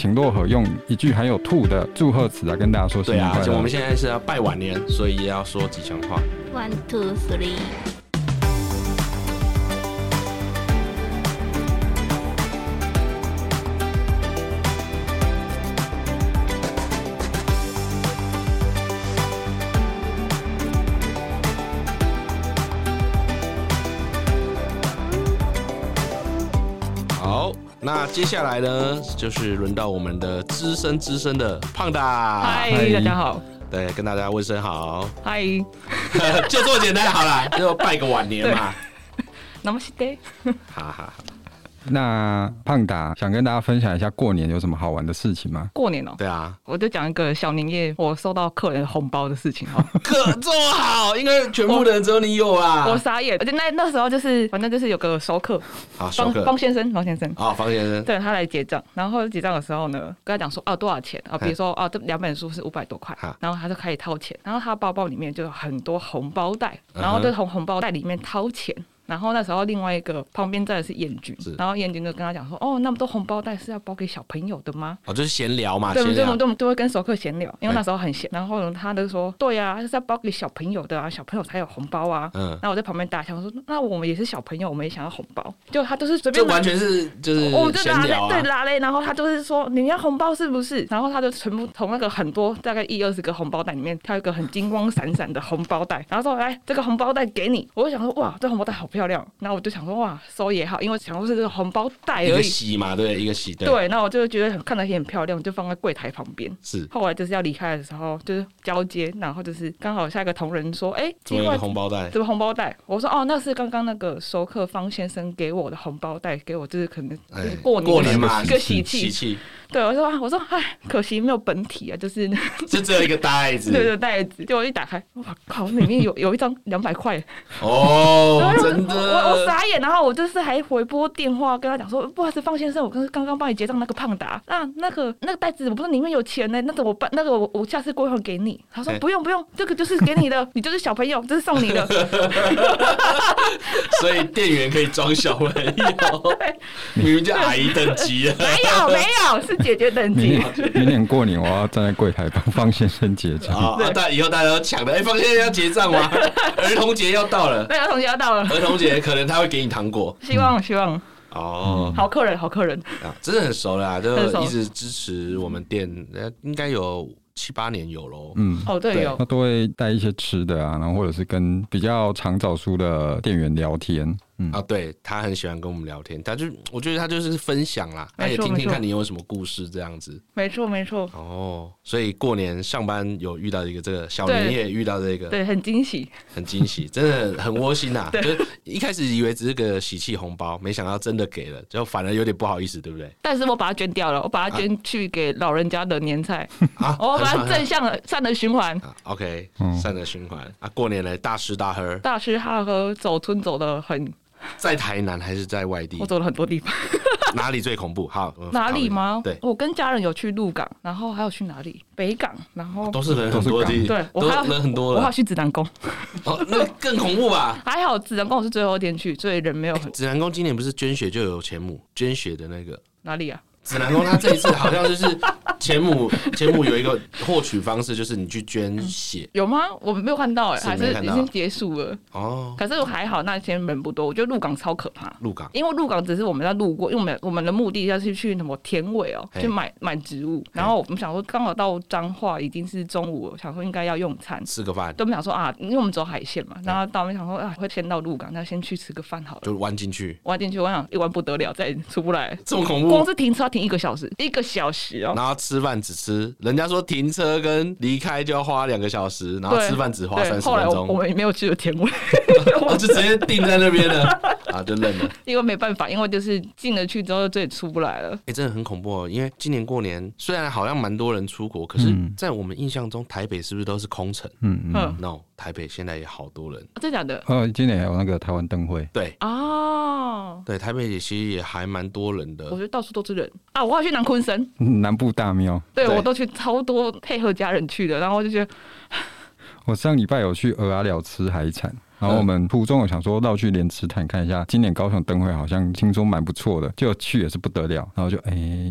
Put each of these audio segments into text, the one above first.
请洛河用一句含有兔的祝贺词来跟大家说新年快乐。 对啊，我们现在是要拜晚年，所以也要说吉祥话。 1、2、3。 好，那接下来呢，就是轮到我们的资深的胖达。 嗨，大家好。 对，跟大家问声好。 嗨， 就这么简单，好啦，就拜个晚年嘛。 Namaste。 哈哈哈。 那胖达想跟大家分享一下过年有什么好玩的事情吗？ 过年哦， 对啊， 我就讲一个小年夜我收到客人红包的事情哈。 可这么好，应该全部的人只有你有啊。 我傻眼，而且那时候就是反正就是有个熟客， 好，熟客方先生， 哦，方先生， 对他来结账，然后结账的时候呢，跟他讲说多少钱啊？比如说这2本书是500多块，然后他就开始掏钱，然后他包包里面就有很多红包袋，然后就从红包袋里面掏钱。然后那时候另外一个旁边站的是燕君，然后燕君就跟他讲说，那么多红包袋是要包给小朋友的吗？ 就是闲聊嘛， 对，我们都会跟熟客闲聊，因为那时候很闲。然后他就说，对啊，是要包给小朋友的啊，小朋友才有红包啊。然后我在旁边大笑说，那我们也是小朋友，我们也想要红包。就他就是随便， 这完全是就是闲聊啊， 对拉嘞。然后他就是说你要红包是不是？然后他就全部从那个很多大概20-20个红包袋里面挑一个很金光闪闪的红包袋，然后说来这个红包袋给你。我就想说哇，这红包袋好漂亮。然后我就想说哇，收也好，因为想说是这个红包袋而已， 一个洗嘛，对，一个洗， 对。那我就觉得看得也很漂亮，就放在柜台旁边。 是。 后来就是要离开的时候，就是交接，然后就是刚好下一个同仁说， 奇怪，红包袋， 这个红包袋，我说那是刚刚那个熟客方先生给我的红包袋，给我就是可能过年嘛， 一个喜气。对，我说可惜没有本体啊，就是就只有一个袋子， 对，袋子，结果一打开，哇靠，里面有一张200块， 真的， 我傻眼，然后我就是还回拨电话跟他讲说，不好意思，方先生，我刚刚帮你结账那个胖达，那个袋子我不是里面有钱呢，那怎么办？那个我下次归还给你。他说不用，这个就是给你的，你就是小朋友，这是送你的。 所以店员可以装小朋友，明明就阿姨等级了， 没有，是姐姐等级。 明年过年我要站在柜台帮方先生结账。 以后大家都抢的，方先生要结账吗？儿童节要到了， 对，儿童节要到了， 儿童节可能他会给你糖果， 希望。好客人啊，真的很熟了啊，就一直支持我们店，应该有7-8年有咯。 对，有。 他都会带一些吃的啊，然后或者是跟比较常找书的店员聊天。 对，他很喜欢跟我们聊天，我觉得他就是分享啦，他也听听看你有什么故事这样子。 没错。 所以过年上班有遇到一个这个小年夜，遇到这个， 对，很惊喜， 真的很窝心啊。就是一开始以为只是个喜气红包，没想到真的给了，就反而有点不好意思，对不对？ 但是我把它捐掉了，我把它捐去给老人家的年菜我把它正向善的循环。 OK， 善的循环啊！过年来大吃大喝， 走村走得很。 在台南还是在外地？ 我走了很多地方。 哪里最恐怖？好， 哪里吗？ 对， 我跟家人有去鹿港，然后还有去哪里？北港，然后都是人很多的地方。 对，我还有人很多了。 我还要去指南宫。 那更恐怖吧？ 还好指南宫我是最后一天去，所以人没有很。 指南宫今年不是捐血就有钱母捐血的那个哪里啊？ 指南宫他这一次好像就是钱母有一个获取方式，就是你去捐血。 有吗？我没有看到还是已经结束了。可是还好那天人不多，我觉得鹿港超可怕。因为鹿港只是我们在路过，因为我们的目的要是去什么田尾去买植物，然后我们想说刚好到彰化已经是中午了，想说应该要用餐， 吃个饭。 都没想说因为我们走海线嘛，然后到我们想说会先到鹿港，那先去吃个饭好了， 就弯进去， 我想一弯不得了，再出不来， 这么恐怖。 光是停车要停1个小时然后吃饭只吃，人家说停车跟离开就要花2个小时，然后吃饭只花30分钟。 后来我们也没有去田尾， 我就直接定在那边了就认了。 因为没办法，因为就是进了去之后，这也出不来了。 真的很恐怖因为今年过年虽然好像蛮多人出国，可是在我们印象中，台北是不是都是空城？No， 台北现在也好多人。 真的假的？ 今年还有那个台湾灯会。 对对，台北其实也还蛮多人的。 我觉得到处都是人我要去南昆生南部大庙。 对，我都去超多配合家人去的，然后我就觉得我上礼拜有去鹅阿寮吃海产，然后我们途中有想说绕去莲池潭看一下，今年高雄灯会好像听说蛮不错的，就去也是不得了，然后就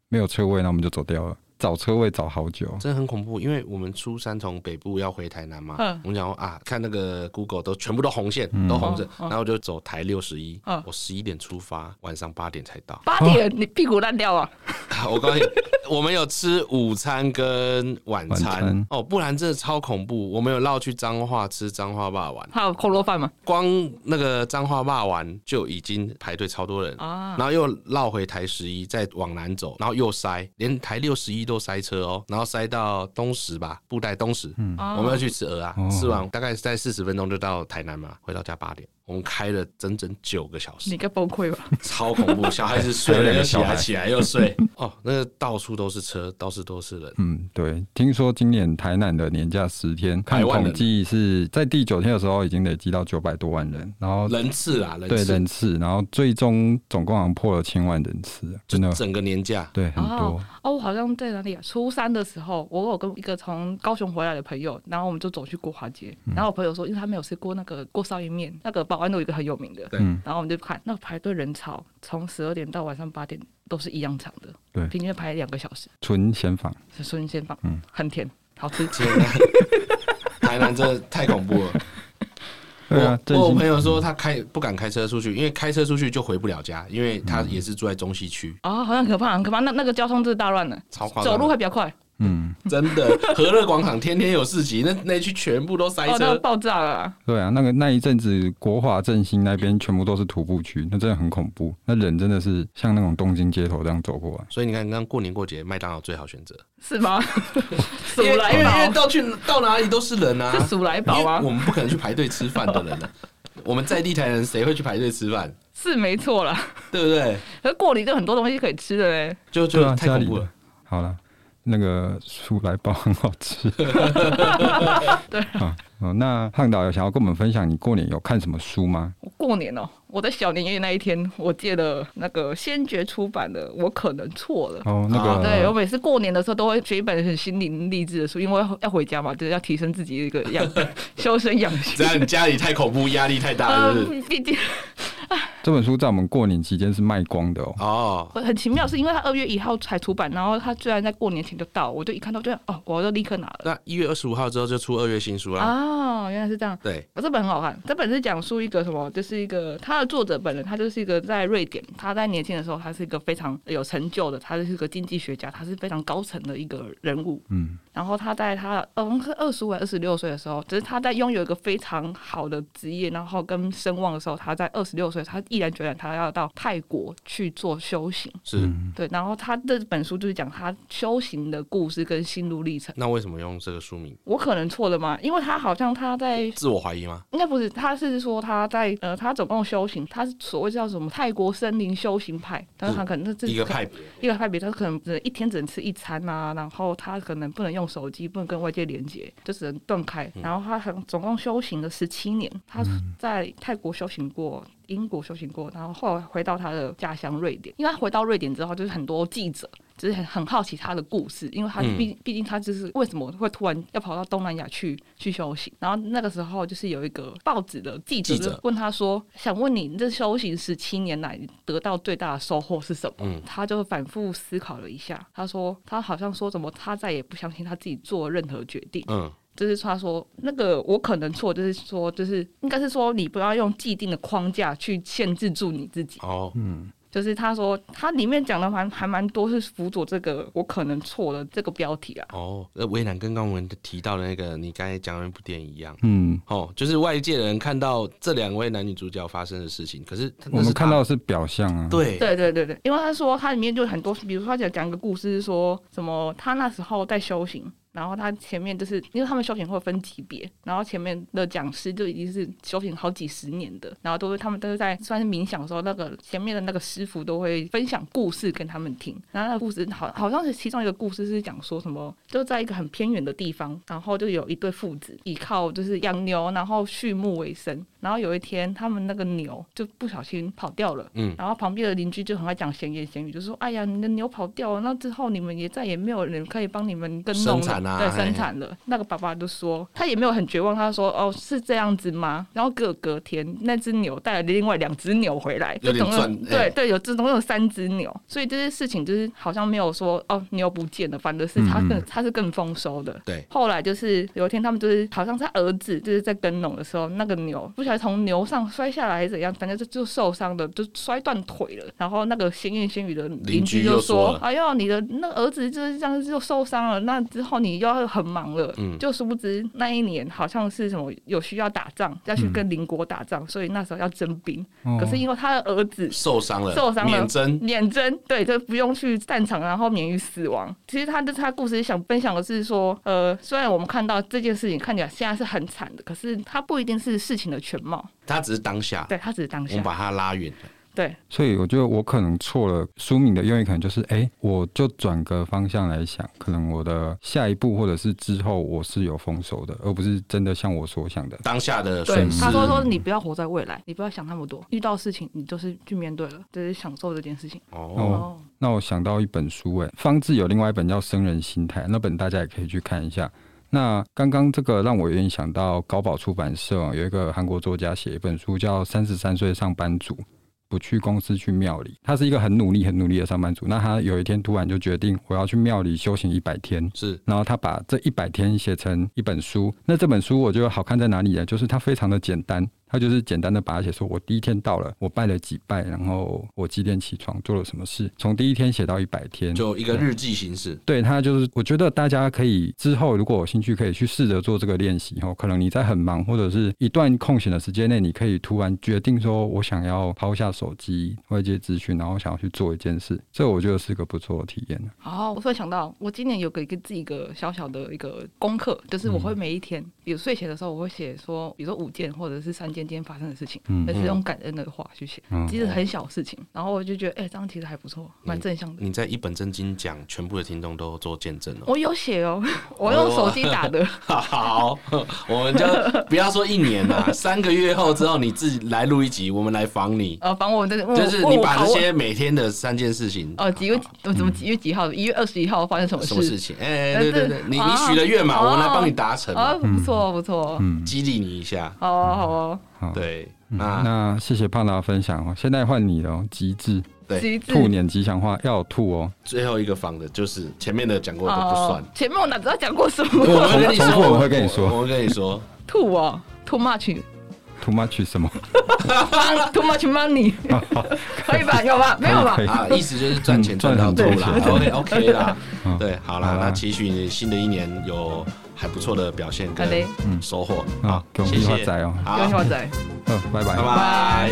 没有车位，那我们就走掉了。找车位找好久， 真的很恐怖。因为我们初三从北部要回台南嘛，我们讲说啊，看那个 Google 都全部都红线，都红着，然后就走台61，我11点出发，晚上8点才到。 8点，你屁股烂掉啊！ 我告诉你，我们有吃午餐跟晚餐哦，不然真的超恐怖。我们有绕去彰化吃彰化肉丸， 还有扣肉饭吗？ 光那个彰化肉丸就已经排队超多人啊，然后又绕回台11，再往南走，然后又塞，连台61都塞车哦，然后塞到东石吧，布袋东石，我们要去吃鹅啊，吃完大概在40分钟就到台南嘛，回到家8点。我们开了整整9个小时， 你该崩溃吧？ 超恐怖，小孩子睡了又起来，起来又睡。哦，那个到处都是车，到处都是人。 对，听说今年台南的年假10天，看统计是在第9天的时候已经累积到900多万人，然后人次啊， 对人次，然后最终总共好像破了1000万人次，真的整个年假， 对很多。 我好像在哪里啊？初3的时候，我有跟一个从高雄回来的朋友，然后我们就走去国华街，然后我朋友说，因为他没有吃过那个过烧意面，那个保安路一个很有名的，然后我们就看那排队人潮，从12点到晚上8点都是一样长的，对，平均排2个小时。纯鲜坊，很甜，好吃。 台南真的太恐怖了。我有朋友说他不敢开车出去，因为开车出去就回不了家，因为他也是住在中西区。好像可怕，很可怕。那个交通真的大乱了， 超夸张， 走路会比较快。 真的，和乐广场天天有市集，那区全部都塞车， 爆炸了。 对啊，那一阵子国华振兴那边全部都是徒步区，那真的很恐怖。那人真的是像那种东京街头这样走过来。 所以你看，刚过年过节，麦当劳最好选择， 是吗？ 因为到哪里都是人啊， 是鼠来宝吗？ 我们不可能去排队吃饭的人啊。我们在地台人谁会去排队吃饭？ 是没错啦， 对不对？ 可是过年就很多东西可以吃的嘞， 就太恐怖了。 好了。那个鼠来宝很好吃， 对啊。 那胖导有想要跟我们分享，你过年有看什么书吗？ 我过年我在小年夜那一天，我借了那个先觉出版的《我可能错了》。对，我每次过年的时候都会选一本很心灵励志的书，因为要回家嘛，就是要提升自己的一个修身养性。 这样你家里太恐怖，压力太大，是不是？ 毕竟。 这本书在我们过年期间是卖光的很奇妙，是因为它2月1号才出版，然后它居然在过年前就到，我就一看到就我就立刻拿了。 那1月25号之后就出2月新书了。 原来是这样。 对， 这本很好看，这本是讲述一个什么，就是一个他的作者本人，他就是一个在瑞典，他在年轻的时候，他是一个非常有成就的，他是一个经济学家，他是非常高层的一个人物。然后他在他25还26岁的时候，只是他在拥有一个非常好的职业，然后跟声望的时候，他在26岁，他毅然决然他要到泰国去做修行。 是， 对。然后他这本书就是讲他修行的故事跟心路历程。 那为什么用这个书名？ 我可能错了吗？因为他好像他在自我怀疑吗？ 应该不是，他是说他在他总共修行，他是所谓叫什么泰国森林修行派，但是他可能是一个派别，他可能一天只能吃1餐啊，然后他可能不能用手机，不能跟外界连接，就只能断开。然后他总共修行了17年，他在泰国修行过，英国修行过，然后后来回到他的家乡瑞典。因为他回到瑞典之后，就是很多记者就是很好奇他的故事，因为他毕竟他就是为什么会突然要跑到东南亚去修行。然后那个时候就是有一个报纸的记者就问他说，想问你这修行17年来得到最大的收获是什么？他就反复思考了一下，他说他好像说什么他再也不相信他自己做任何决定。就是他说那个我可能错，就是说就是应该是说你不要用既定的框架去限制住你自己。就是他说他里面讲的还蛮多是辅佐这个我可能错了这个标题啊。 微南跟刚刚我们提到的那个你刚才讲的那部电影一样。就是外界的人看到这2位男女主角发生的事情，可是我们看到的是表象啊。 对，因为他说他里面就很多，比如说他讲一个故事是说什么他那时候在修行，然后他前面就是因为他们修行会分级别，然后前面的讲师就已经是修行好几10年的，然后他们都是在算是冥想的时候，那个前面的那个师傅都会分享故事跟他们听。然后那个故事好像是其中一个故事是讲说什么，就在一个很偏远的地方，然后就有一对父子依靠就是养牛然后畜牧为生。然后有一天他们那个牛就不小心跑掉了，然后旁边的邻居就很爱讲闲言闲语，就说哎呀你的牛跑掉了，那之后你们也再也没有人可以帮你们耕农了产啊， 对，生产了。那个爸爸就说，他也没有很绝望，他说哦是这样子吗？然后隔天那只牛带了另外2只牛回来， 有点赚， 对，有总共有3只牛，所以这些事情就是好像没有说哦牛不见了，反正是他是更丰收的。 对， 后来就是有一天他们就是好像是他儿子就是在耕农的时候，那个牛不晓得从牛上摔下来还是怎样，反正就受伤的，就摔断腿了。然后那个鲜言鲜语的邻居就说：“哎呦，你的那儿子就是这样就受伤了，那之后你要很忙了。”就殊不知那一年好像是什么有需要打仗，要去跟邻国打仗，所以那时候要征兵。可是因为他的儿子受伤了，免征， 对，就不用去战场，然后免于死亡。其实他故事想分享的是说，虽然我们看到这件事情看起来现在是很惨的，可是它不一定是事情的全貌， 它只是当下， 对，它只是当下， 我们把它拉远了。 对， 所以我觉得我可能错了，书名的用意可能就是我就转个方向来想，可能我的下一步或者是之后我是有丰收的，而不是真的像我所想的当下的损失。 他说你不要活在未来，你不要想那么多，遇到事情你就是去面对了，就是享受这件事情。 那我想到一本书，方志有另外一本叫《生人心态》，那本大家也可以去看一下。那刚刚这个让我有点想到高宝出版社有一个韩国作家写一本书叫《33岁上班族不去公司去庙里》，他是一个很努力的上班族。那他有一天突然就决定我要去庙里修行100天， 是， 然后他把这100天写成一本书。那这本书我觉得好看在哪里呢？就是它非常的简单。他就是简单的把它写说，我第一天到了，我拜了几拜，然后我几点起床，做了什么事，从第一天写到100天， 就一个日记形式。 对，他就是我觉得大家可以之后如果有兴趣，可以去试着做这个练习。可能你在很忙或者是一段空闲的时间内，你可以突然决定说，我想要抛下手机、外界资讯，然后想要去做一件事，这我觉得是个不错的体验。 我突然想到，我今年有自己一个小小的一个功课，就是我会每一天，比如睡前的时候，我会写说，比如说5件或者是3件今天发生的事情，但是用感恩的话去写，其实很小事情，然后我就觉得这样其实还不错，蛮正向的。 你在一本正经讲，全部的听众都做见证。 我有写我用手机打的。 好，我们就不要说1年啦，3个月后之后你自己来录一集，我们来访你。 访我就是你把这些每天的3件事情。 几月几号？1月21号发生什么事情？ 对，你许了愿嘛，我们来帮你达成。 不错， 激励你一下。 好。 对， 那谢谢胖达的分享。现在换你了，极致。 对， 兔年吉祥话要有兔哦。 最后一个仿的就是前面的讲过的不算。 前面我哪知道讲过什么？ 我们跟你说， 我会跟你说。 我跟你说， 兔，too much。Too much 什么 ？Too much money， 可以吧？有吧？没有吧？ 意思就是赚钱赚到吐啦。OK 啦，对，好啦，那期许你新的一年有还不错的表现跟收获。 好， 谢谢。 恭喜发财哦！ 恭喜发财。 拜拜。 拜拜。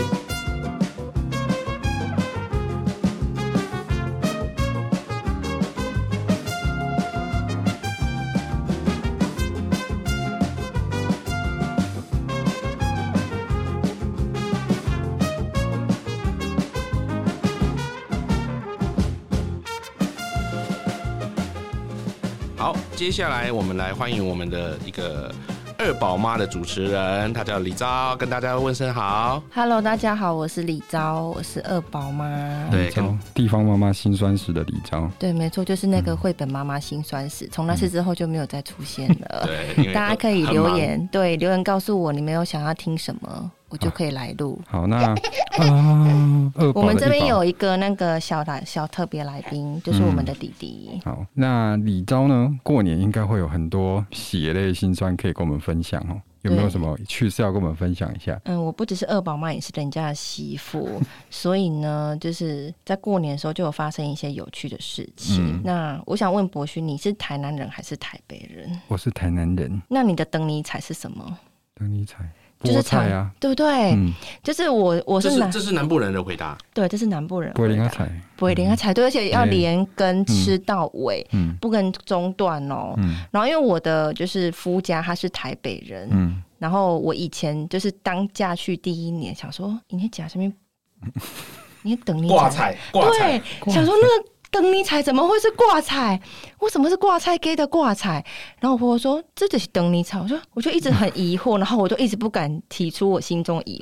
好，接下来我们来欢迎我们的一个二宝妈的主持人，她叫李昭，跟大家问声好。 Hello， 大家好，我是李昭，我是二宝妈。 对， 地方妈妈辛酸史的李昭。 对，没错，就是那个绘本妈妈辛酸史，从那次之后就没有再出现了。 对， 大家可以留言，对，留言告诉我你们有想要听什么。我就可以来录。 好，那我们这边有一个那个小特别来宾，就是我们的弟弟。 好，那李昭呢？过年应该会有很多血泪辛酸可以跟我们分享哦。有没有什么趣事要跟我们分享一下？ 我不只是二宝妈，也是人家的媳妇，所以呢，就是在过年的时候就有发生一些有趣的事情。那我想问博勋，你是台南人还是台北人？ 我是台南人。 那你的灯尼彩是什么？ 灯尼彩。 就是菜啊， 对不对？就是我是这是南部人的回答。 对，这是南部人不会连菜， 不会连菜，对，而且要连根吃到尾，不跟中断哦。然后因为我的就是夫家他是台北人，然后我以前就是当嫁去第1年，想说你讲什么？你等你挂彩， 对，想说那个。灯尼彩怎么会是挂彩？为什么是挂彩给的挂彩？然后我婆婆说这就是灯尼彩，我就一直很疑惑，然后我就一直不敢提出我心中的疑惑。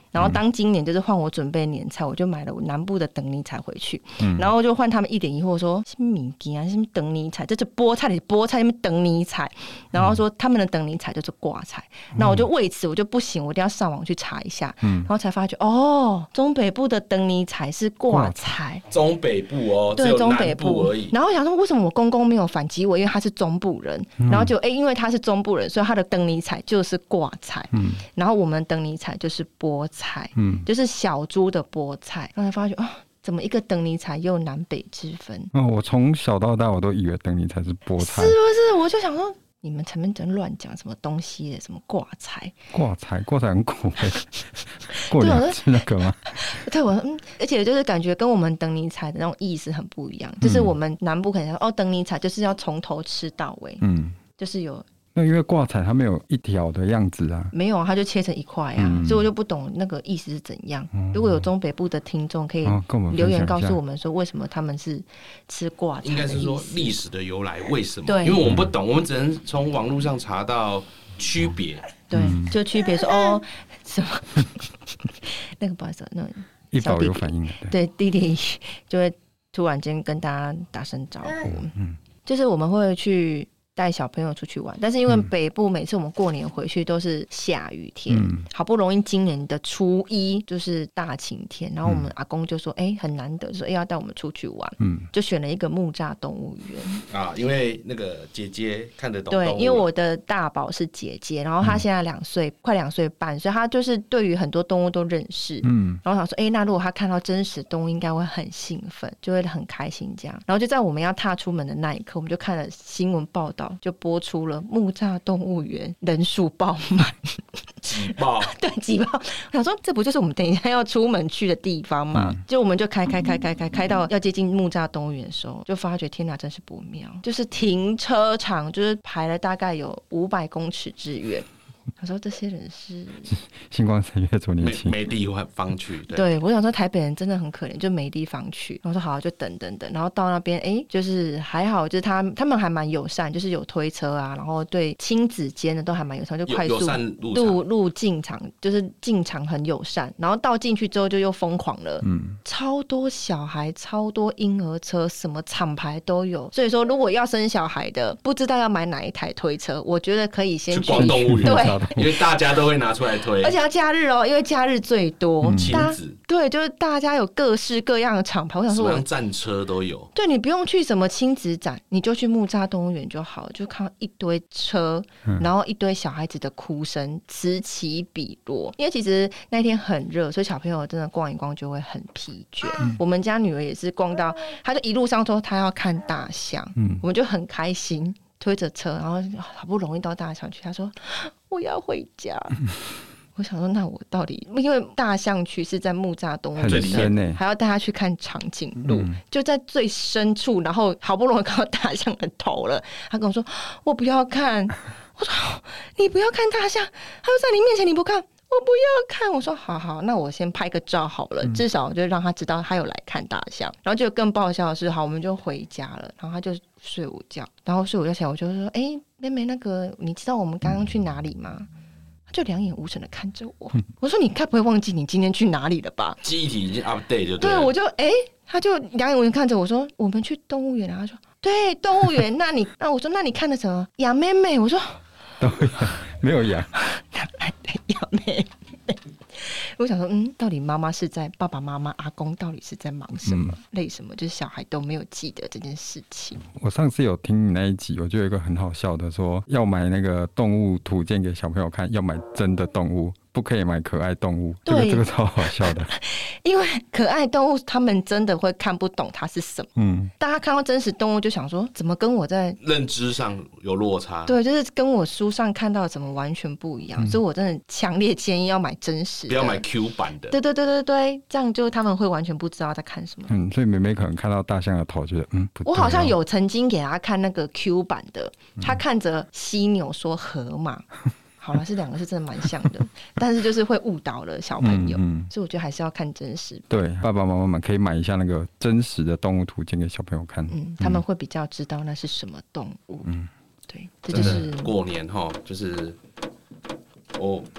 然后当今年就是换我准备年菜，我就买了我南部的等尼菜回去，然后就换他们一脸疑惑说什么物件啊，什么等尼菜，这就菠菜里菠菜里面等尼菜，然后说他们的等尼菜就是挂菜，那我就为此我就不行，我一定要上网去查一下，然后才发觉哦，中北部的等尼菜是挂菜， 中北部哦， 对，中北部而已。 然后我想说为什么我公公没有反击我，因为他是中部人，然后就因为他是中部人，所以他的等尼菜就是挂菜，然后我们等尼菜就是菠菜，就是小猪的菠菜，然后才发觉哦，怎么一个等尼菜又南北之分？ 我从小到大我都以为等尼菜是菠菜， 是不是？我就想说。你们前面真乱讲什么东西的，什么挂菜？ 挂菜很苦欸，过年吃那个吗？ 对，我而且就是感觉跟我们等尼菜的那种意思很不一样，就是我们南部可能说哦，等尼菜就是要从头吃到尾，就是有。 那因为挂菜它没有一条的样子啊， 没有，它就切成一块啊，所以我就不懂那个意思是怎样。如果有中北部的听众可以留言告诉我们说为什么他们是吃挂菜的意思， 应该是说历史的由来，为什么？对，因为我们不懂，我们只能从网络上查到区别。 对，就区别说哦什么那个不好意思，那一宝有反应的， 对，弟弟就会突然间跟大家打声招呼，就是我们会去带小朋友出去玩，但是因为北部每次我们过年回去都是下雨天，好不容易今年的初一就是大晴天，然后我们阿公就说很难得，说要带我们出去玩，就选了一个木栅动物园啊，因为那个姐姐看得懂动物， 对，因为我的大宝是姐姐，然后她现在2岁，快2岁半，所以她就是对于很多动物都认识，然后想说那如果她看到真实动物应该会很兴奋，就会很开心这样，然后就在我们要踏出门的那一刻，我们就看了新闻报道，就播出了木栅动物园人数爆满， 挤爆， 对，挤爆。我想说，这不就是我们等一下要出门去的地方吗？就我们就开到要接近木栅动物园的时候，就发觉天哪，真是不妙！就是停车场就是排了大概有500公尺之远。他说这些人是星光三月周年庆没地方去， 对，我想说台北人真的很可怜，就没地方去。我说好，就等，然后到那边就是还好，就是他们还蛮友善，就是有推车啊，然后对亲子间的都还蛮友善，就快速入进场，就是进场很友善。然后到进去之后就又疯狂了，超多小孩，超多婴儿车，什么厂牌都有。所以说，如果要生小孩的，不知道要买哪一台推车，我觉得可以先去逛动物园， 对。 因为大家都会拿出来推， 而且要假日因为假日最多， 亲子对，就是大家有各式各样的厂牌。我想说， 什么样战车都有。 对，你不用去什么亲子展，你就去木栅动物园就好了，就看到一堆车，然后一堆小孩子的哭声此起彼落。因为其实那天很热，所以小朋友真的逛一逛就会很疲倦。我们家女儿也是逛到，她就一路上说她要看大象，我们就很开心。推着车，然后好不容易到大象去，他说我要回家。我想说，那我到底因为大象区是在木栅动物园，还要带他去看长颈鹿，就在最深处，然后好不容易看到大象的头了，他跟我说我不要看。我说你不要看大象，他说在你面前你不看。我不要看，我说好，那我先拍个照好了，至少就让他知道他有来看大象。然后就更爆笑的是，好，我们就回家了，然后他就睡午觉，然后睡午觉起来，我就说，妹妹，那个你知道我们刚刚去哪里吗？他就两眼无神的看着我，我说你该不会忘记你今天去哪里了吧？ 记忆体已经 update 就对了。 对，我就他就两眼无神看着我说，我们去动物园啊。他说对，动物园。那我说那你看的什么？羊妹妹。我说没有羊。 羊妹妹。我想说，到底妈妈是在爸爸妈妈阿公到底是在忙什么、累什么？就是小孩都没有记得这件事情。 我上次有听你那一集，我就有一个很好笑的说，要买那个动物图鉴给小朋友看，要买真的动物，不可以买可爱动物。 对， 这个超好笑的。 因为可爱动物他们真的会看不懂它是什么。大家看到真实动物就想说，怎么跟我在认知上有落差？ 对，就是跟我书上看到的怎么完全不一样。所以我真的强烈建议要买真实的， 不要买 Q 版的。 对，这样就他们会完全不知道在看什么。 所以妹妹可能看到大象的头，觉得不对。 我好像有曾经给她看那个 Q 版的，她看着犀牛说河马。好了，是两个是真的蛮像的，但是就是会误导了小朋友，所以我觉得还是要看真实。 对，爸爸妈妈们可以买一下那个真实的动物图鉴给小朋友看， 他们会比较知道那是什么动物。对，这就是过年就是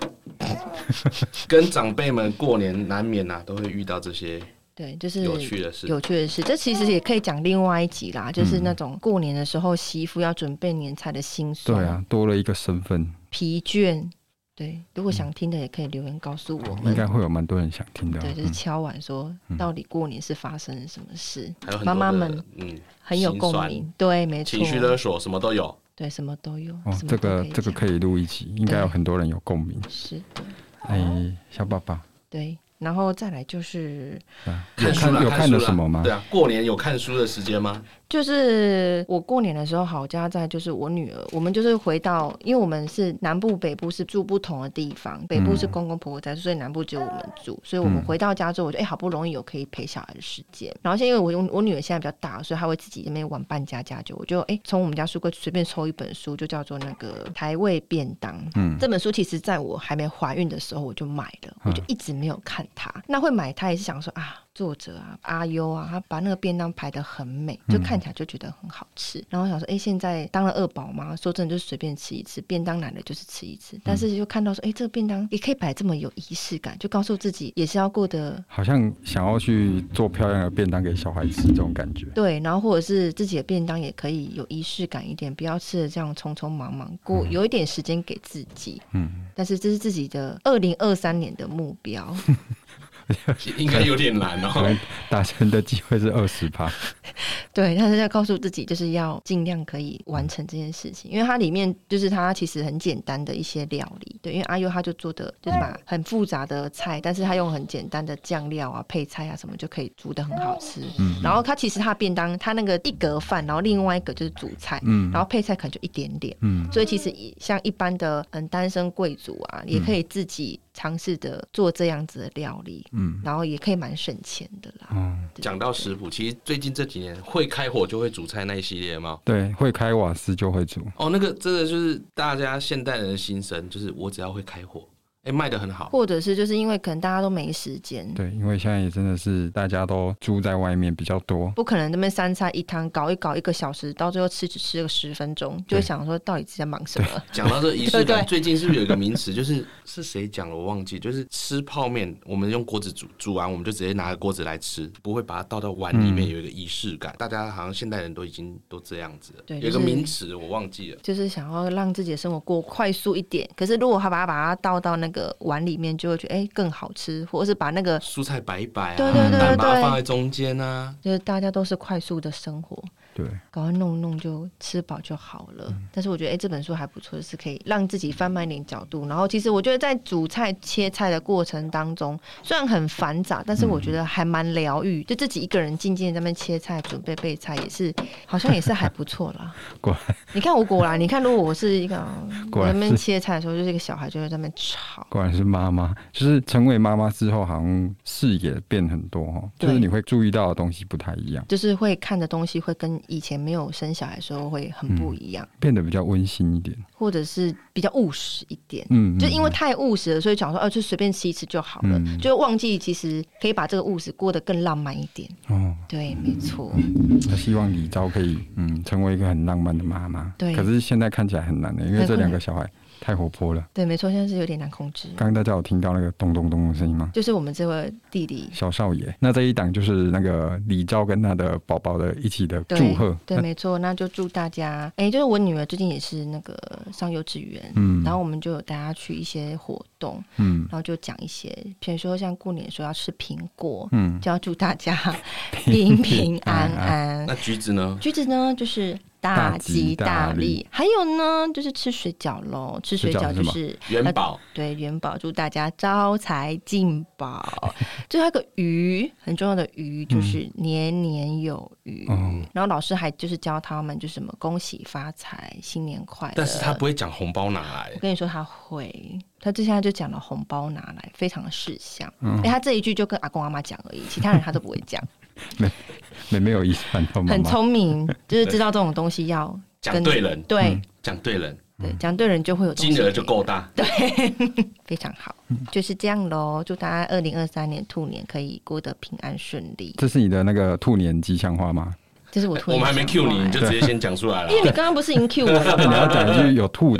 跟长辈们过年难免都会遇到这些。 对，就是有趣的事。 这其实也可以讲另外一集啦，就是那种过年的时候媳妇要准备年菜的辛酸。 对啊，多了一个身份， 疲倦。对，如果想听的也可以留言告诉我们， 应该会有蛮多人想听的。 对，就是敲碗说，到底过年是发生了什么事？ 还有很多妈妈们很有共鸣。对，没错， 情绪勒索什么都有。 对，什么都有。 这个可以录一集，应该有很多人有共鸣。 是的。 小爸爸。 对。然后再来就是看书有看了什么吗？ 对啊，过年有看书的时间吗？ 就是我过年的时候，好家在就是我女儿，我们就是回到，因为我们是南部北部是住不同的地方，北部是公公婆婆在住，所以南部只有我们住，所以我们回到家之后，我就好不容易有可以陪小孩的时间。然后现在因为我女儿现在比较大，所以她会自己那边玩扮家家酒，我就从我们家书柜随便抽一本书，就叫做那个台味便当。这本书其实在我还没怀孕的时候我就买了，我就一直没有看它。那会买它也是想说作者阿优他把那个便当排得很美，就看起来就觉得很好吃。然后想说现在当了二宝嘛，说真的就随便吃一次，便当来了就是吃一次。但是就看到说这个便当也可以摆这么有仪式感，就告诉自己也是要过得好像想要去做漂亮的便当给小孩吃这种感觉。 对，然后或者是自己的便当也可以有仪式感一点，不要吃的这样匆匆忙忙过，有一点时间给自己。但是这是自己的2023年的目标。 应该有点难哦， 达成的机会是20%。 对，但是要告诉自己，就是要尽量可以完成这件事情，因为它里面就是它其实很简单的一些料理。对，因为阿优他就做的就是把很复杂的菜，但是他用很简单的酱料配菜什么就可以煮得很好吃。然后他其实他便当他那个一格饭，然后另外一个就是主菜，然后配菜可能就一点点。所以其实像一般的单身贵族也可以自己尝试的做这样子的料理。然后也可以蛮省钱的啦。 讲到食谱，其实最近这几年会开火就会煮菜那一系列吗？ 对，会开瓦斯就会煮。 那个真的就是大家现代人的心声，就是我只要会开火。卖得很好， 或者是就是因为可能大家都没时间。 对，因为现在也真的是大家都住在外面比较多， 不可能那边3菜1汤搞1个小时，到最后只吃个10分钟，就会想说到底在忙什么。 讲到这仪式感，最近是不是有一个名词，就是谁讲了我忘记，就是吃泡面，我们用锅子煮完，我们就直接拿个锅子来吃，不会把它倒到碗里面，有一个仪式感。大家好像现代人都已经都这样子了。对，有一个名词我忘记了， 就是想要让自己的生活过快速一点。可是如果他把它倒到那个碗里面，就会觉得更好吃，或者是把那个蔬菜摆一摆对， 蛋把它放在中间就是大家都是快速的生活。 对， 赶快弄弄就吃饱就好了。但是我觉得这本书还不错，就是可以让自己翻慢一点角度。然后其实我觉得在煮菜切菜的过程当中，虽然很繁杂，但是我觉得还蛮疗愈。就自己一个人静静在那边切菜准备备菜，也是好像也是还不错啦。 果然， 你看我果然，你看如果我是一个我在那边切菜的时候，就是一个小孩就会在那边吵。 果然是妈妈，就是成为妈妈之后，好像视野变很多就是你会注意到的东西不太一样， 就是会看的东西会跟以前没有生小孩的时候会很不一样， 变得比较温馨一点， 或者是比较务实一点。就因为太务实了，所以讲说就随便吃一吃就好了，就忘记其实可以把这个务实过得更浪漫一点。对，没错。 他希望李昭可以成为一个很浪漫的妈妈。 对， 可是现在看起来很难的，因为这2个小孩太活泼了。 对，没错，现在是有点难控制。 刚刚大家有听到那个咚咚咚的声音吗？ 就是我们这位弟弟小少爷。那这一档就是那个李昭跟他的宝宝的一起的祝贺。 对，没错。那就祝大家，就是我女儿最近也是那个上幼稚园，然后我们就有带她去一些活动，然后就讲一些，比如说像过年的时候要吃苹果，就要祝大家平平安安。 那橘子呢？ 橘子呢，就是大吉大利。还有呢，就是吃水饺咯，吃水饺就是元宝。对， 元宝，祝大家招财进宝。最后一个鱼，很重要的鱼就是年年有余。然后老师还就是教他们就是什么恭喜发财、新年快乐。 但是他不会讲红包拿来。 我跟你说他会，他接下来就讲了红包拿来，非常的识相。他这一句就跟阿公阿妈讲而已，其他人他都不会讲。 没有意思， 很聪明，就是知道这种东西要讲对人， 对， 讲对人， 对，讲对人就会有金额就够大， 对，非常好，就是这样咯。祝大家2023年兔年可以过得平安顺利。 这是你的那个兔年吉祥话吗？ 这是我兔年， 我们还没 Q 你，你就直接先讲出来了。 因为你刚刚不是已经 Q 我了吗？ 你要讲一句有兔的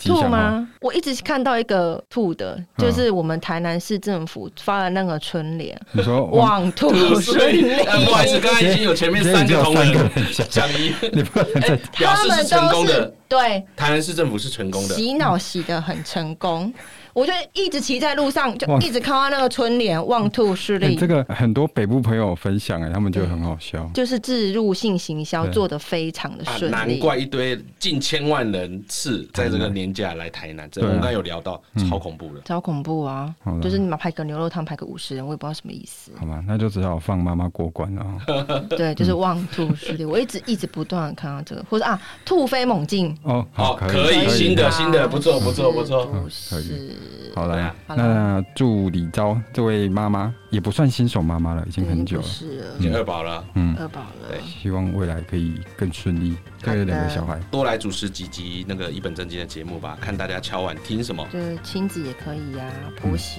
兔吗？我一直看到一个兔的，就是我们台南市政府发的那个春联， 你说望兔顺利。 不好意思，刚才已经有前面3个同仁讲你不能再表示是成功的。 对， 台南市政府是成功的， 洗脑洗得很成功。我就一直骑在路上，就一直看到那个春联，望兔顺利。 这个很多北部朋友分享，他们觉得很好笑， 就是置入性行销做得非常的顺利， 难怪一堆近1000万人次在这个年假来台南，这我们刚才有聊到，超恐怖的， 超恐怖啊！就是你们排个牛肉汤排个50人，我也不知道什么意思。 好吧，那就只好放妈妈过关了。 对，就是望兔顺利。我一直不断的看到这个，或者兔飞猛进。 好， 可以，新的，不错。 可以。 好来，那祝李昭这位妈妈也不算新手妈妈了，已经很久了， 已经2宝了， 二宝了。 对， 希望未来可以更顺利，带2个小孩， 多来主持几集那个一本正经的节目吧，看大家敲碗听什么。 对，亲子也可以呀，婆媳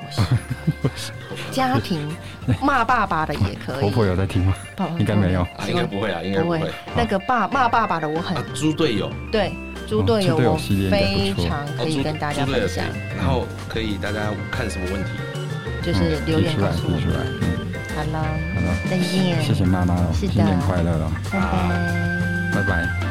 家庭骂爸爸的也可以。 婆婆有在听吗？应该没有， 应该不会啊，应该不会。 那个骂爸爸的我很猪队友， 对。猪队友我非常可以跟大家分享， 然后可以大家看什么问题， 就是留言告诉我们。好了，再见， 谢谢妈妈了，新年快乐了， 拜拜， 拜拜。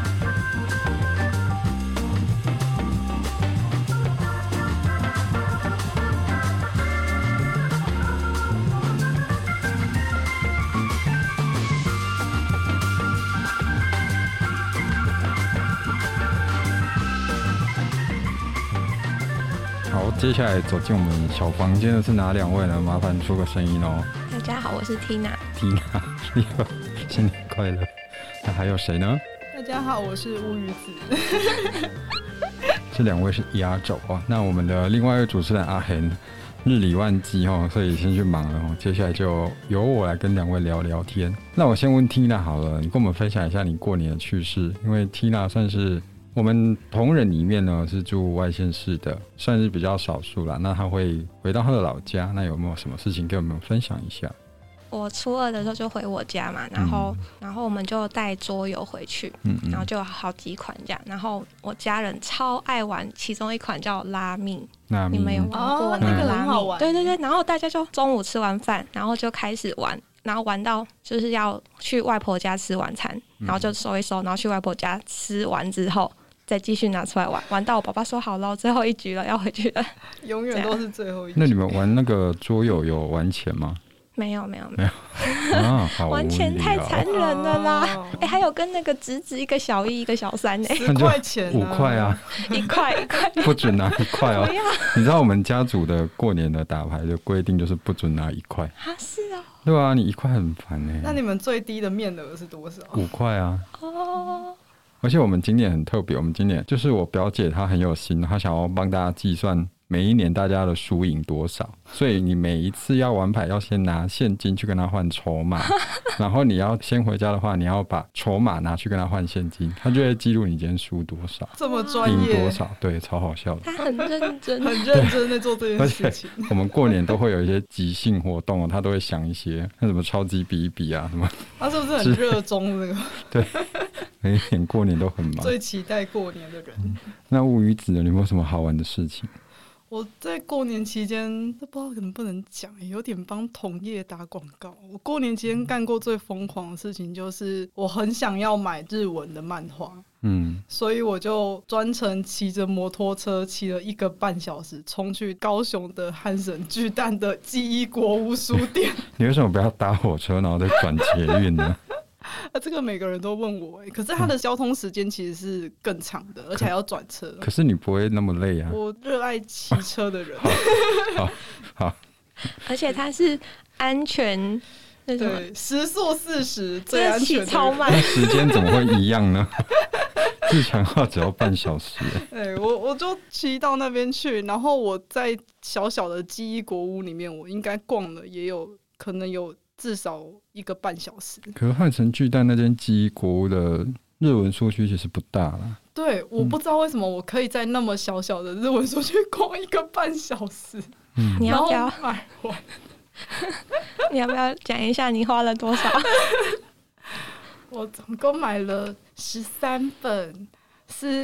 接下来走进我们小房间的是哪2位呢？麻烦出个声音哦。 大家好，我是 Tina。 新年快乐。那还有谁呢？ 大家好，我是乌鱼子。 这2位是压轴啊。那我们的另外一位主持人阿恒日理万机哦，所以先去忙了哦。接下来就由我来跟2位聊聊天。那我先问 Tina 好了，你跟我们分享一下你过年的趣事，因为 Tina 算是我们同仁里面呢是住外县市的，算是比较少数啦。那他会回到他的老家，那有没有什么事情跟我们分享一下？ 我初2的时候就回我家嘛，然后我们就带桌游回去，然后就有好几款这样。然后我家人超爱玩，其中一款叫拉密，你们有玩过那个很好玩？ 对，然后大家就中午吃完饭，然后就开始玩。然后玩到就是要去外婆家吃晚餐，然后就收一收，然后去外婆家吃完之后再继续拿出来玩，玩到我爸爸说好了，最后一局了，要回去了。 永远都是最后一局。 那你们玩那个桌游有玩钱吗？ 没有好玩钱太残忍了啦！还有跟那个侄子一个小1一个小3 10块钱 5块啊 ，1块不准拿1块哦。你知道我们家族的过年的打牌的规定就是不准拿1块啊？是哦。 对啊，你1块很烦欸。 那你们最低的面额是多少 ？5块啊。而且我们今年很特别，我们今年就是我表姐她很有心，她想要帮大家计算每一年大家的输赢多少，所以你每一次要玩牌要先拿现金去跟他换筹码，然后你要先回家的话，你要把筹码拿去跟他换现金，他就会记录你今天输多少， 这么专业， 赢多少，对，超好笑的。 他很认真， 很认真在做这件事情。 我们过年都会有一些即兴活动，他都会想一些，那什么超级比一比啊什么。 他是不是很热衷这个？ 对，每一年过年都很忙。 最期待过年的人。 那乌鱼子呢？你有没有什么好玩的事情？ 我在过年期间都不知道能不能讲，有点帮同业打广告。我过年期间干过最疯狂的事情就是我很想要买日文的漫画，所以我就专程骑着摩托车骑了1个半小时冲去高雄的汉神巨蛋的记忆国屋书店。 你为什么不要搭火车然后再转捷运呢？ 这个每个人都問我，可是他的交通时间其实是更长的，而且还要转车。 可是你不会那么累啊？ 我热爱骑车的人。 好， 而且他是安全， 对，时速40最安全的人。 超慢， 时间怎么会一样呢？自强号只要半小时。 对，我就骑到那边去，然后我在小小的记忆国屋里面，我应该逛了也有可能有至少1个半小时。 可是汉神巨蛋那间记忆国屋的日文书区其实不大啦。 对，我不知道为什么我可以在那么小小的日文书区逛1个半小时。 你要不要买完？ 你要不要讲一下你花了多少？ 我总共买了13本，是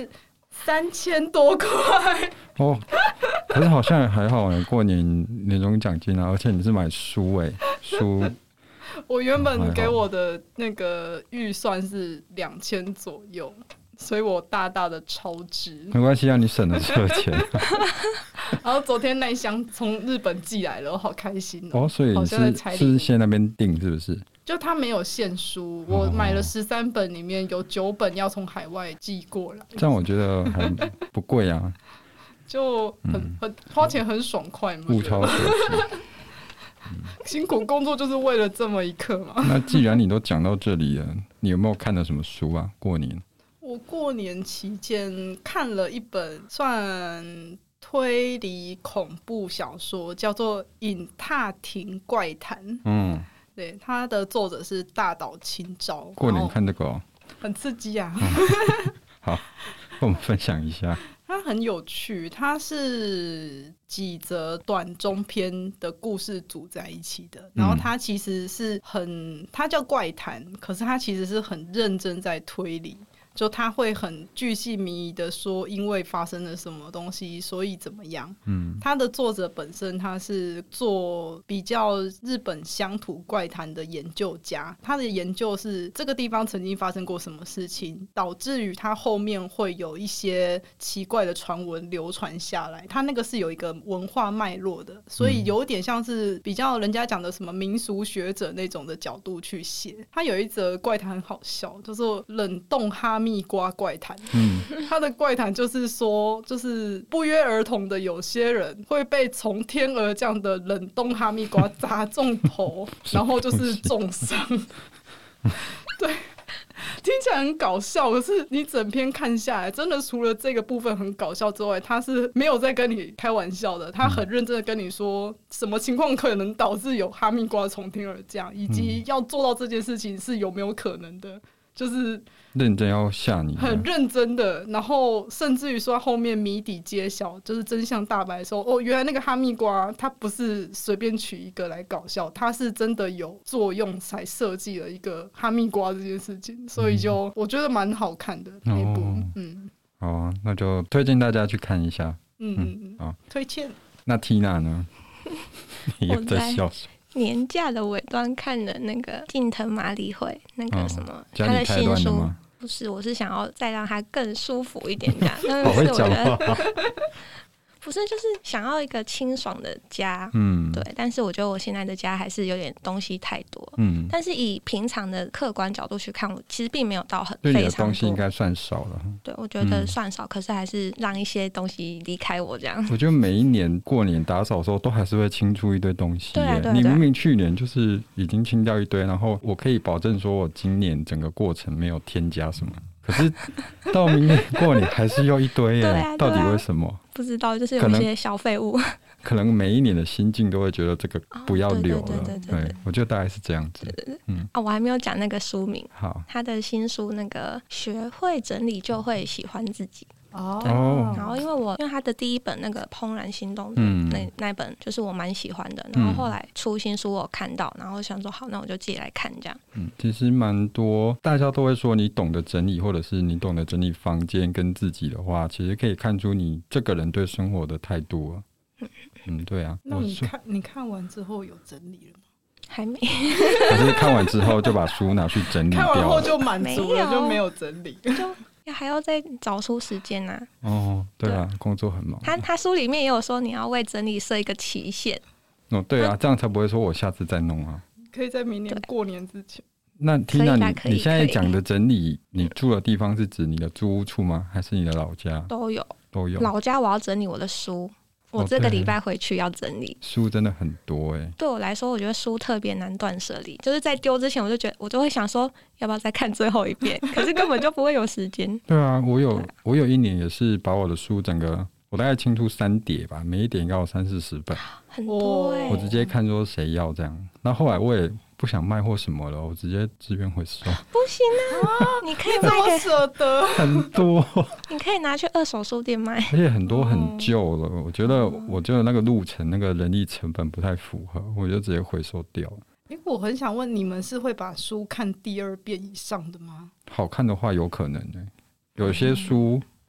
3000多块哦，可是好像也还好哎，过年终奖金啊，而且你是买书哎，书。 我原本给我的那个预算是2000左右，所以我大大的超支。 没关系啊，你省了这个钱。 然后昨天那一箱从日本寄来了，我好开心哦。 所以是先那边订是不是？ 就他没有限书，我买了13本，里面有9本要从海外寄过来。 这样我觉得很不贵啊， 就很花钱，很爽快嘛。 物超所值。 辛苦工作就是为了这么一刻嘛。 那既然你都讲到这里了，你有没有看了什么书啊？过年？ 我过年期间看了一本算推理恐怖小说，叫做《隐踏庭怪谈》。对，它的作者是大岛清昭。 过年看这个哦， 很刺激啊。 好，跟我们分享一下。 它很有趣，它是几则短中篇的故事组在一起的，然后它其实是它叫怪谈，可是它其实是很认真在推理。就他会很巨细靡遗的说因为发生了什么东西所以怎么样。他的作者本身他是做比较日本乡土怪谈的研究家，他的研究是这个地方曾经发生过什么事情导致于他后面会有一些奇怪的传闻流传下来，他那个是有一个文化脉络的，所以有点像是比较人家讲的什么民俗学者那种的角度去写。他有一则怪谈很好笑，叫做冷冻哈密瓜怪谈。他的怪谈就是说，就是不约而同的有些人会被从天而降的冷冻哈密瓜砸中头然后就是重伤。对，听起来很搞笑，可是你整篇看下来真的除了这个部分很搞笑之外，他是没有在跟你开玩笑的，他很认真的跟你说什么情况可能导致有哈密瓜从天而降，以及要做到这件事情是有没有可能的，就是认真要吓你， 很认真的，然后甚至于说后面谜底揭晓，就是真相大白的时候，哦，原来那个哈密瓜它不是随便取一个来搞笑，它是真的有作用才设计了一个哈密瓜这件事情，所以就我觉得蛮好看的那部。 好啊，那就推荐大家去看一下。好， 推荐。 那 Tina 呢？你又在笑什么？ 年假的尾端看了那个近藤麻里惠那个什么，他的新书吗？ 不是，我是想要再让它更舒服一点这样。但好会讲是我觉得话。 不是，就是想要一个清爽的家。对。但是我觉得我现在的家还是有点东西太多。但是以平常的客观角度去看，我其实并没有到很非常多。 对，你的东西应该算少了。 对，我觉得算少，可是还是让一些东西离开我这样。 我觉得每一年过年打扫的时候，都还是会清出一堆东西。 对啊，对啊。 你明明去年就是已经清掉一堆，然后我可以保证说我今年整个过程没有添加什么。可是到明年过年还是要一堆耶。 对啊， 到底为什么？ 不知道，就是有一些小废物。 可能每一年的心境都会觉得这个不要留了。 对， 我觉得大概是这样子。 我还没有讲那个书名。 好， 他的新书那个学会整理就会喜欢自己。然后因为他的第一本那个怦然心动的那本就是我蛮喜欢的，然后后来出新书我看到，然后想说好，那我就自己来看这样。 其实蛮多大家都会说你懂得整理，或者是你懂得整理房间跟自己的话，其实可以看出你这个人对生活的态度啊。对啊。 那你看完之后有整理了吗？ 还没。 可是看完之后就把书拿去整理掉了。 看完后就满足了，就没有整理。 还要再找出时间啊。 对啊，工作很忙。 他书里面也有说你要为整理设一个期限。 对啊，这样才不会说我下次再弄啊。 可以在明年过年之前。 那 Tina 你现在讲的整理，你住的地方是指你的租屋处吗？还是你的老家？ 都有。老家我要整理我的书，我这个礼拜回去要整理。 书真的很多耶。 对我来说，我觉得书特别难断舍离，就是在丢之前我就会想说要不要再看最后一遍，可是根本就不会有时间。 对啊，我有一年也是把我的书整个我大概清出3叠吧，每一叠应该有30-40本， 很多耶。 我直接看说谁要这样，那后来我也不想卖或什么了，我直接自愿回收。 不行啊，你可以卖给舍得很多， 你可以拿去二手书店卖， 而且很多很旧了。我觉得那个路程那个人力成本不太符合，我就直接回收掉了。 我很想问，你们是会把书看第2遍以上的吗？ 好看的话有可能有些书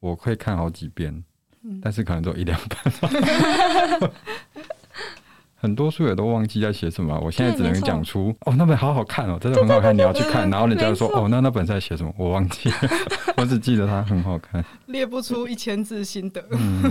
我会看好几遍，但是可能都1-2本。很多书也都忘记在写什么，我现在只能讲出那本好好看哦，真的很好看，你要去看。然后人家就说那本在写什么，我忘记了，我只记得它很好看， 列不出1000字心得。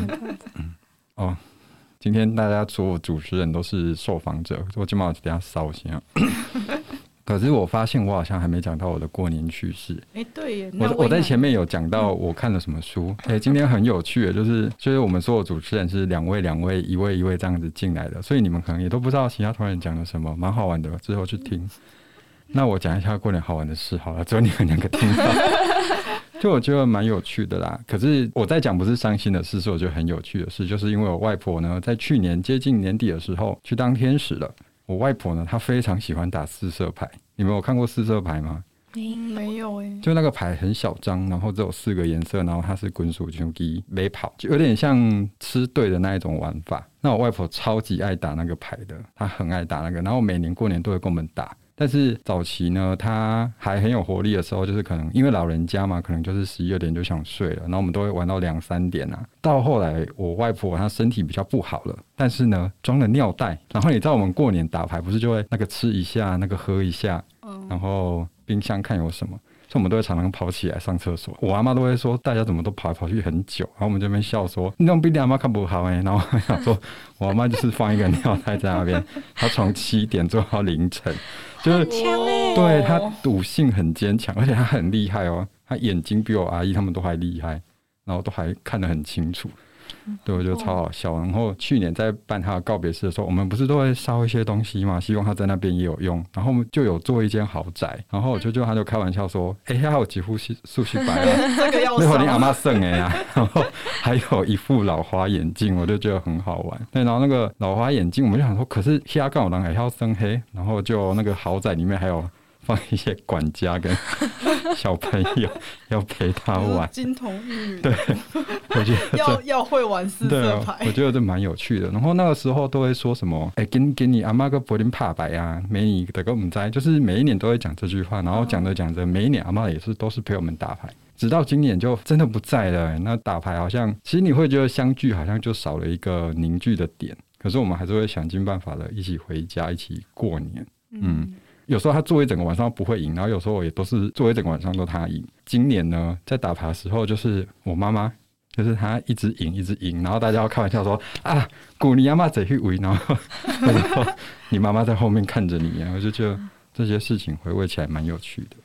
今天大家所有主持人都是受访者，我今晚等一下烧先。可是我发现我好像还没讲到我的过年趣事。 对耶， 我在前面有讲到我看了什么书。今天很有趣的，就是我们所有主持人是2位1位这样子进来的，所以你们可能也都不知道其他同仁讲了什么，蛮好玩的，之后去听。那我讲一下过年好玩的事好了，只有你们2个听到。就我觉得蛮有趣的啦，可是我在讲不是伤心的事，是我觉得很有趣的事，就是因为我外婆呢，在去年接近年底的时候去当天使了。我外婆呢，她非常喜欢打4色牌，你们有看过4色牌吗？ 没有就那个牌很小张，然后只有4个颜色，然后它是滚鼠球机没跑，就有点像吃对的那一种玩法。那我外婆超级爱打那个牌的，她很爱打那个，然后每年过年都会跟我们打。但是早期呢，他还很有活力的时候，就是可能因为老人家嘛，可能就是11、2点就想睡了，然后我们都会玩到2、3点啊。到后来我外婆她身体比较不好了，但是呢装了尿袋，然后你知道我们过年打牌不是就会那个吃一下，那个喝一下，然后冰箱看有什么，所以我们都会常常跑起来上厕所。我阿妈都会说大家怎么都跑来跑去很久，然后我们这边笑说你怎么比你阿妈看不好然后我想说我阿妈就是放一个尿袋在那边，她从7点做到凌晨，就是对她赌性很坚强，而且她很厉害哦，她眼睛比我阿姨他们都还厉害，然后都还看得很清楚。对，我觉得超好笑。然后去年在办他的告别式的时候，我们不是都会烧一些东西嘛，希望他在那边也有用。然后我们就有做一间豪宅，然后我舅舅他就开玩笑说：“还有几副素须白啊， 这个要那会你阿嬷剩呀。”然后还有一副老花眼镜，我就觉得很好玩。对，然后那个老花眼镜，我们就想说，可是现在刚好人还要生黑，然后就那个豪宅里面还有放一些管家跟小朋友要陪他玩， 金童玉女。 对，我觉得要会玩4色牌， 我觉得这蛮有趣的。然后那个时候都会说什么，给你阿妈个柏林怕白啊，没你的个唔知，就是每一年都会讲这句话。然后讲着讲着，每一年阿妈也是都是陪我们打牌，直到今年就真的不在了。那打牌好像，其实你会觉得相聚好像就少了一个凝聚的点，可是我们还是会想尽办法的一起回家，一起过年。有时候他做一整个晚上不会赢，然后有时候也都是做一整个晚上都他赢。今年呢，在打牌的时候，就是我妈妈，就是她一直赢，然后大家要开玩笑说啊，古尼阿妈怎去赢，然后你妈妈在后面看着你，我就觉得这些事情回味起来蛮有趣的。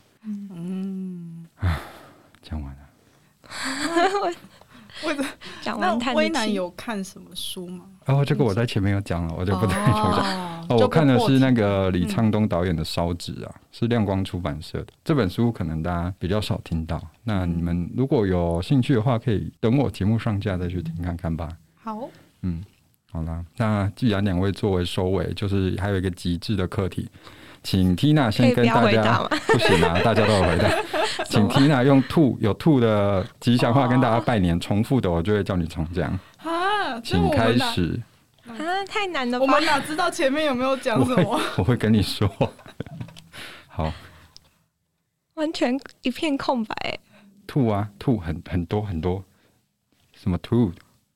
讲完了。 讲完那威南有看什么书吗？ 这个我在前面有讲了，我就不再重讲。我看的是那个李沧东导演的《烧纸》啊，是亮光出版社的。这本书可能大家比较少听到，那你们如果有兴趣的话，可以等我节目上架再去听看看吧。 好， 好啦，那既然2位作为收尾，就是还有一个极致的课题，请 Tina 先跟大家，不行啊，大家都有回答。请 Tina 用有兔的吉祥话跟大家拜年，重复的我就会叫你重讲。请开始。 太难了吧？ 我们哪知道前面有没有讲什么？ 我会跟你说。好， 完全一片空白。 兔啊，兔很多很多，什么兔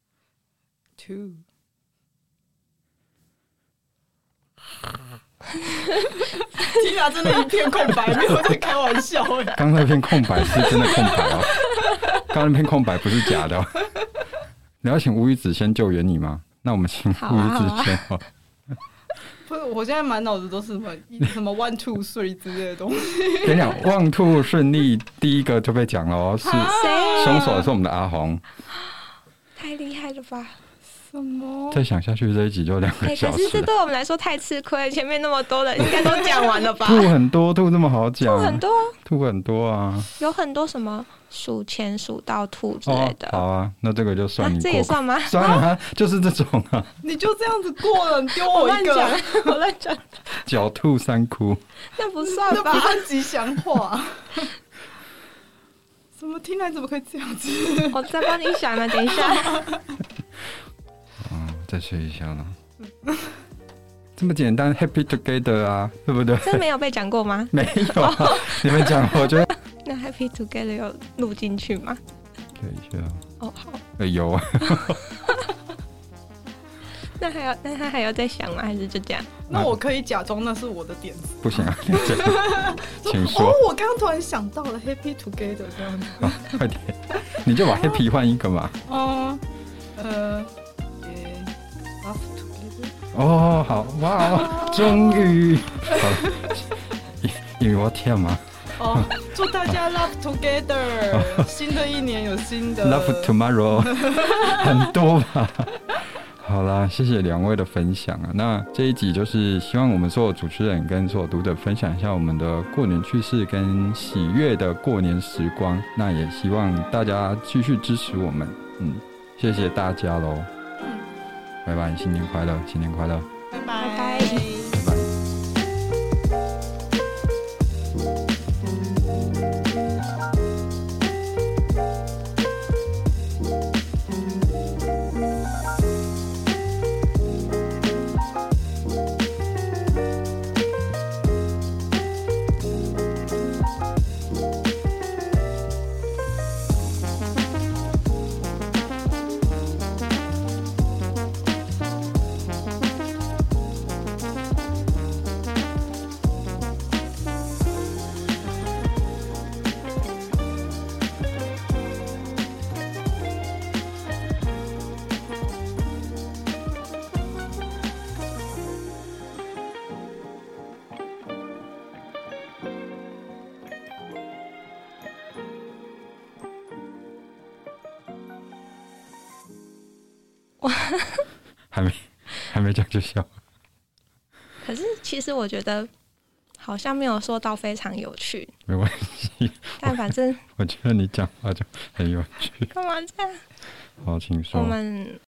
？Tina 真的一片空白，没有在开玩笑刚那片空白是真的空白哦，刚那片空白不是假的哦。你要请乌鱼子先救援你吗？那我们请乌鱼子先哦。 不是，我现在满脑子都是什么 1, 2, 3之类的东西。 跟你讲，1, 2顺利，第一个就被讲了哦，是凶手是我们的阿红。 太厉害了吧！ 什么？ 再想下去这一集就2个小时。 可是这对我们来说太吃亏，前面那么多人应该都讲完了吧？ 兔很多，兔这么好讲。兔很多啊， 有很多什么数钱数到兔之类的。 好啊，那这个就算你过。 这也算吗？ 算了，就是这种啊。 你就这样子过了，你丢我一个， 我乱讲。 狡兔3窟， 那不算吧？ 那不算吉祥话。怎么听来怎么可以这样子？ 我再帮你想了，等一下。 再睡一下了。这么简单 ，Happy Together 啊，对不对？ 这没有被讲过吗？ 没有啊，你们讲，我觉得。 那 Happy Together 有录进去吗？ 对一下。 哦，好。 有啊。 那他还要再想吗？还是就这样？ 那我可以假装那是我的点子。 不行啊，请说。 哦，我刚刚突然想到了 Happy Together 这样子。 快点，你就把 Happy 换一个嘛。 哦，Love Together。 哦，好哇，终于。因为我天嘛。 哦，祝大家 Love Together， 新的一年有新的 Love Tomorrow， 很多吧。好啦，谢谢两位的分享啊。那这一集就是希望我们所有主持人跟所有读者分享一下我们的过年趣事跟喜悦的过年时光。那也希望大家继续支持我们，谢谢大家喽。拜拜，新年快乐，新年快乐， 拜拜。 拜拜。 还没讲就笑。 可是其实我觉得好像没有说到非常有趣。 没关系， 但反正我觉得你讲话就很有趣。 干嘛这样？ 好，请说。 我们